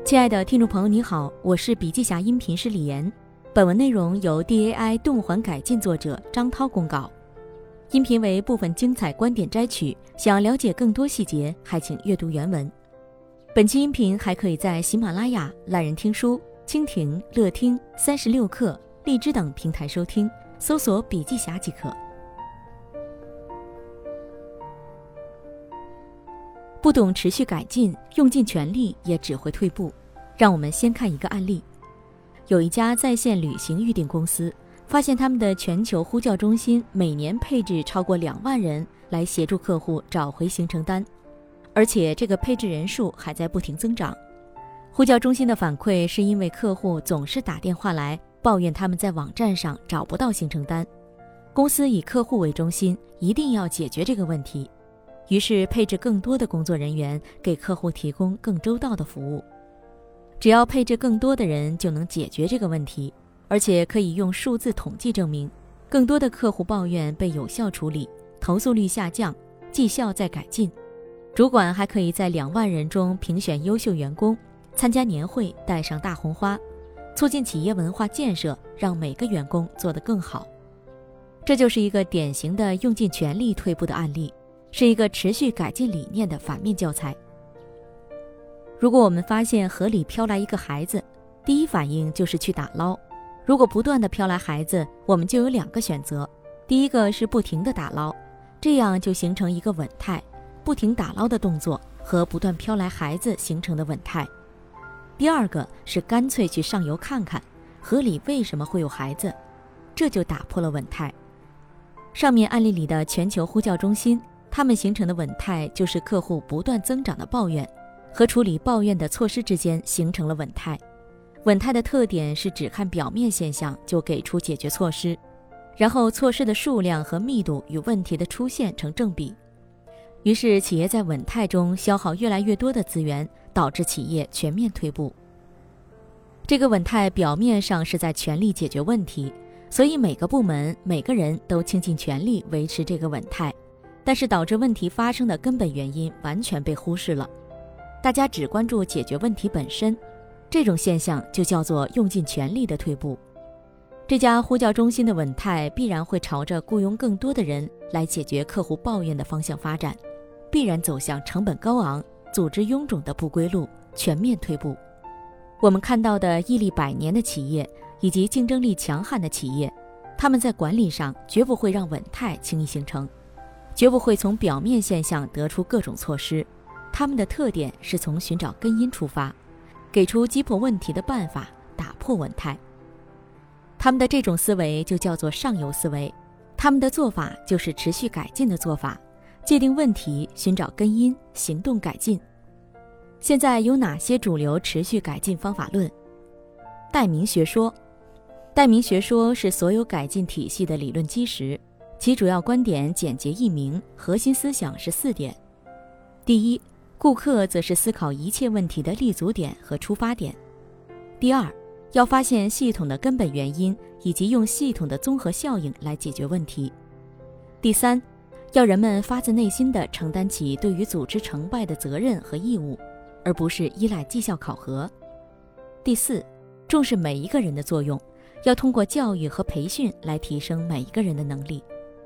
亲爱的听众朋友，你好，我是笔记侠音频师李岩。本文内容由 DAI 动环改进作者张涛公稿，音频为部分精彩观点摘取。想要了解更多细节，还请阅读原文。本期音频还可以在喜马拉雅、懒人听书、蜻蜓、乐听、36课、荔枝等平台收听，搜索笔记侠即可。不懂持续改进，用尽全力也只会退步。让我们先看一个案例。有一家在线旅行预订公司，发现他们的全球呼叫中心每年配置超过2万人来协助客户找回行程单，而且这个配置人数还在不停增长。呼叫中心的反馈是因为客户总是打电话来抱怨他们在网站上找不到行程单，公司以客户为中心，一定要解决这个问题。于是配置更多的工作人员给客户提供更周到的服务。只要配置更多的人就能解决这个问题，而且可以用数字统计证明，更多的客户抱怨被有效处理，投诉率下降，绩效在改进。主管还可以在2万人中评选优秀员工，参加年会带上大红花，促进企业文化建设，让每个员工做得更好。这就是一个典型的用尽全力退步的案例，是一个持续改进理念的反面教材。如果我们发现河里飘来一个孩子，第一反应就是去打捞。如果不断的飘来孩子，我们就有2个选择。第一个是不停的打捞，这样就形成一个稳态，不停打捞的动作和不断飘来孩子形成的稳态。第二个是干脆去上游看看，河里为什么会有孩子，这就打破了稳态。上面案例里的全球呼叫中心，他们形成的稳态就是客户不断增长的抱怨和处理抱怨的措施之间形成了稳态。稳态的特点是只看表面现象就给出解决措施，然后措施的数量和密度与问题的出现成正比。于是企业在稳态中消耗越来越多的资源，导致企业全面退步。这个稳态表面上是在全力解决问题，所以每个部门每个人都倾尽全力维持这个稳态，但是导致问题发生的根本原因完全被忽视了。大家只关注解决问题本身，这种现象就叫做用尽全力的退步。这家呼叫中心的稳态必然会朝着雇佣更多的人来解决客户抱怨的方向发展，必然走向成本高昂、组织臃肿的不归路，全面退步。我们看到的屹立100年的企业以及竞争力强悍的企业，他们在管理上绝不会让稳态轻易形成，绝不会从表面现象得出各种措施。他们的特点是从寻找根因出发，给出击破问题的办法，打破稳态。他们的这种思维就叫做上游思维，他们的做法就是持续改进的做法，界定问题，寻找根因，行动改进。现在有哪些主流持续改进方法论？代名学说。代名学说是所有改进体系的理论基石，其主要观点简洁易明，核心思想是4点。第一，顾客则是思考一切问题的立足点和出发点。第二，要发现系统的根本原因，以及用系统的综合效应来解决问题。第三，要人们发自内心地承担起对于组织成败的责任和义务，而不是依赖绩效考核。第四，重视每一个人的作用，要通过教育和培训来提升每一个人的能力。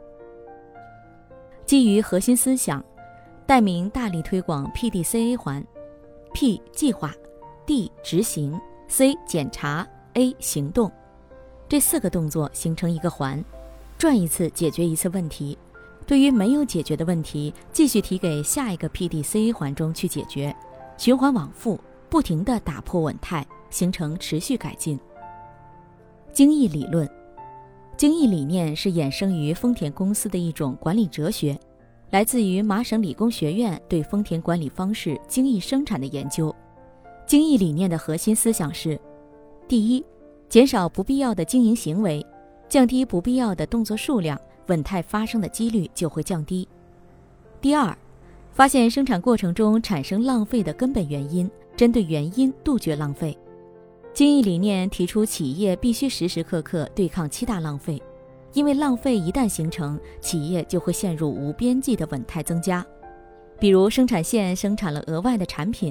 基于核心思想，戴明大力推广 PDCA 环 ，P 计划 ，D 执行 ，C 检查 ，A 行动，这4个动作形成一个环，转一次解决一次问题。对于没有解决的问题，继续提给下一个 PDCA 环中去解决，循环往复，不停地打破稳态，形成持续改进。精益理论。精益理念是衍生于丰田公司的一种管理哲学，来自于麻省理工学院对丰田管理方式精益生产的研究。精益理念的核心思想是：第一，减少不必要的经营行为，降低不必要的动作数量，稳态发生的几率就会降低。第二，发现生产过程中产生浪费的根本原因，针对原因杜绝浪费。精益理念提出企业必须时时刻刻对抗7大浪费，因为浪费一旦形成，企业就会陷入无边际的稳态增加。比如生产线生产了额外的产品，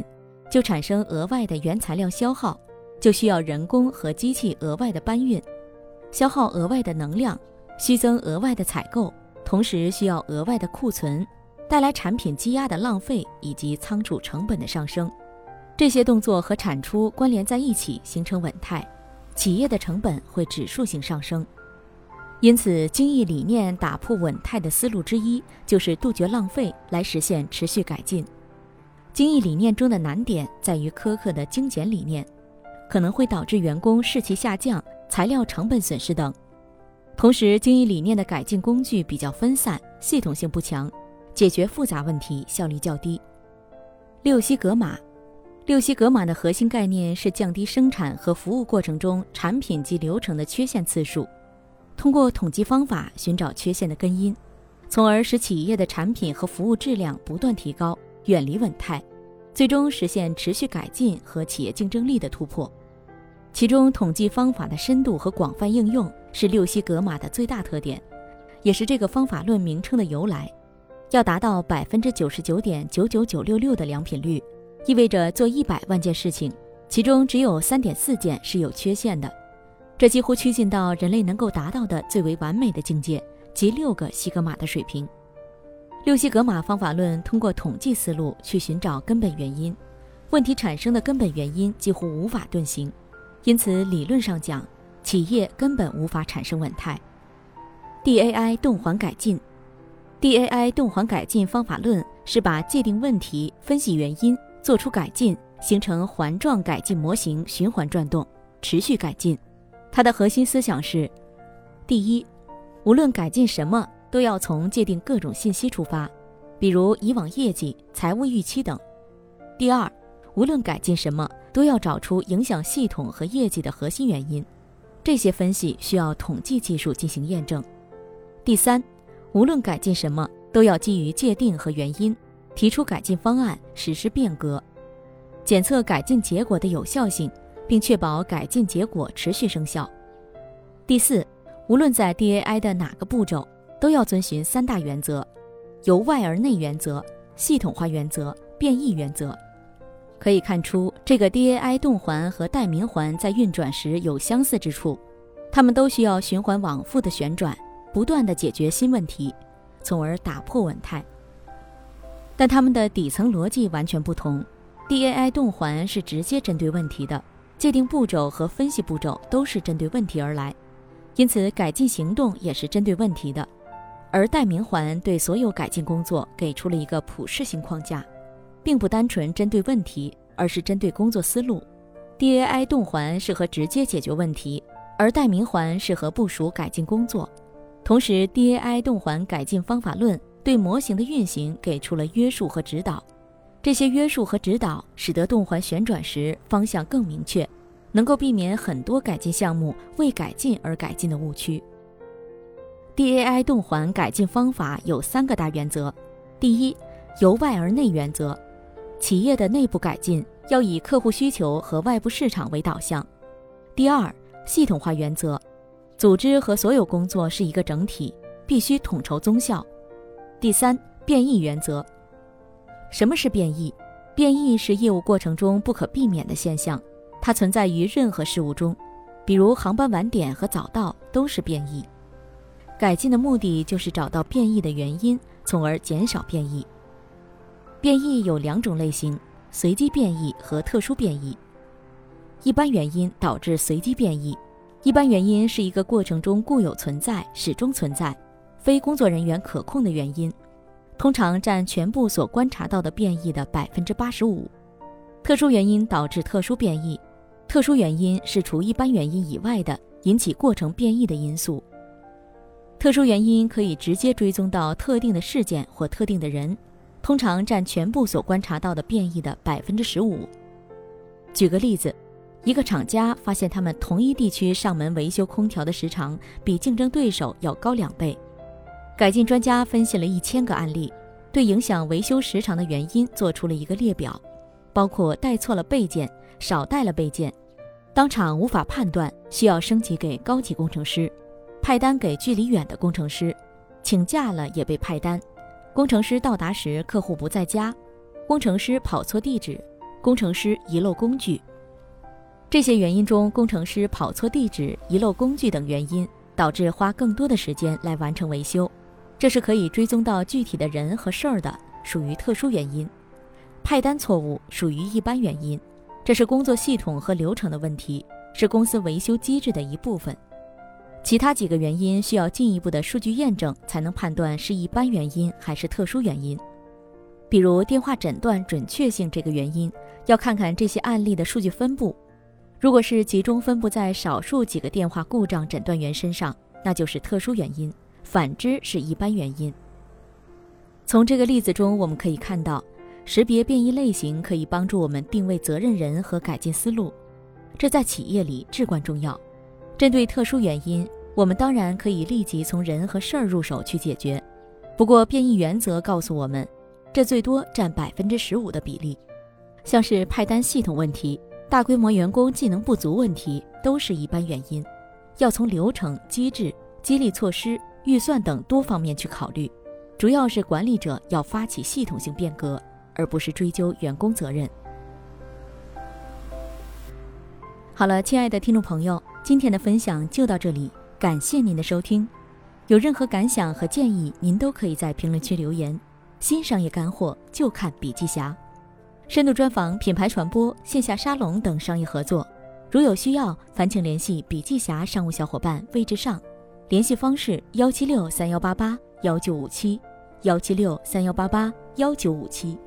就产生额外的原材料消耗，就需要人工和机器额外的搬运，消耗额外的能量，虚增额外的采购，同时需要额外的库存，带来产品积压的浪费以及仓储成本的上升。这些动作和产出关联在一起，形成稳态，企业的成本会指数性上升。因此，精益理念打破稳态的思路之一，就是杜绝浪费，来实现持续改进。精益理念中的难点在于苛刻的精简理念，可能会导致员工士气下降、材料成本损失等。同时，精益理念的改进工具比较分散，系统性不强，解决复杂问题效率较低。六西格玛的核心概念是降低生产和服务过程中产品及流程的缺陷次数，通过统计方法寻找缺陷的根因，从而使企业的产品和服务质量不断提高，远离稳态，最终实现持续改进和企业竞争力的突破。其中统计方法的深度和广泛应用是六西格玛的最大特点，也是这个方法论名称的由来。要达到 99.99966% 的良品率，意味着做100万件事情，其中只有 3.4 件是有缺陷的。这几乎趋近到人类能够达到的最为完美的境界，即6个西格玛的水平。六西格玛方法论通过统计思路去寻找根本原因，问题产生的根本原因几乎无法遁形，因此理论上讲，企业根本无法产生稳态。DAI 动环改进 DAI 动环改进方法论是把界定问题、分析原因、做出改进，形成环状改进模型，循环转动，持续改进。它的核心思想是：第一，无论改进什么，都要从界定各种信息出发，比如以往业绩、财务预期等。第二，无论改进什么，都要找出影响系统和业绩的核心原因，这些分析需要统计技术进行验证。第三，无论改进什么，都要基于界定和原因，提出改进方案，实施变革，检测改进结果的有效性，并确保改进结果持续生效。第四，无论在 DAI 的哪个步骤，都要遵循3大原则：由外而内原则、系统化原则、变异原则。可以看出，这个 DAI 动环和代名环在运转时有相似之处，它们都需要循环往复的旋转，不断地解决新问题，从而打破稳态。但它们的底层逻辑完全不同。DAI 动环是直接针对问题的，界定步骤和分析步骤都是针对问题而来，因此改进行动也是针对问题的。而代名环对所有改进工作给出了一个普适性框架，并不单纯针对问题，而是针对工作思路。DAI 动环适合直接解决问题，而代名环适合部署改进工作。同时 DAI 动环改进方法论对模型的运行给出了约束和指导，这些约束和指导使得动环旋转时方向更明确，能够避免很多改进项目为改进而改进的误区。DAI 动环改进方法有3个大原则：第一，由外而内原则，企业的内部改进要以客户需求和外部市场为导向；第二，系统化原则，组织和所有工作是一个整体，必须统筹综效；第三，变异原则。什么是变异？变异是业务过程中不可避免的现象，它存在于任何事物中，比如航班晚点和早到都是变异。改进的目的就是找到变异的原因，从而减少变异。变异有2种类型：随机变异和特殊变异。一般原因导致随机变异，一般原因是一个过程中固有存在、始终存在、非工作人员可控的原因，通常占全部所观察到的变异的 85%。 特殊原因导致特殊变异，特殊原因是除一般原因以外的引起过程变异的因素。特殊原因可以直接追踪到特定的事件或特定的人，通常占全部所观察到的变异的 15%。 举个例子，一个厂家发现他们同一地区上门维修空调的时长比竞争对手要高2倍。改进专家分析了1000个案例，对影响维修时长的原因做出了一个列表，包括带错了备件、少带了备件、当场无法判断需要升级给高级工程师、派单给距离远的工程师、请假了也被派单、工程师到达时客户不在家、工程师跑错地址、 工程师遗漏工具。这些原因中，工程师跑错地址、遗漏工具等原因，导致花更多的时间来完成维修，这是可以追踪到具体的人和事儿的，属于特殊原因。派单错误属于一般原因，这是工作系统和流程的问题，是公司维修机制的一部分。其他几个原因需要进一步的数据验证才能判断是一般原因还是特殊原因。比如电话诊断准确性这个原因，要看看这些案例的数据分布。如果是集中分布在少数几个电话故障诊断员身上，那就是特殊原因，反之是一般原因。从这个例子中我们可以看到，识别变异类型可以帮助我们定位责任人和改进思路，这在企业里至关重要。针对特殊原因，我们当然可以立即从人和事儿入手去解决，不过变异原则告诉我们，这最多占15%的比例。像是派单系统问题、大规模员工技能不足问题都是一般原因，要从流程、机制、激励措施、预算等多方面去考虑，主要是管理者要发起系统性变革，而不是追究员工责任。好了，亲爱的听众朋友，今天的分享就到这里，感谢您的收听。有任何感想和建议，您都可以在评论区留言。新商业干货就看笔记侠，深度专访、品牌传播、线下沙龙等商业合作，如有需要，烦请联系笔记侠商务小伙伴魏志尚，联系方式17631881957，17631881957。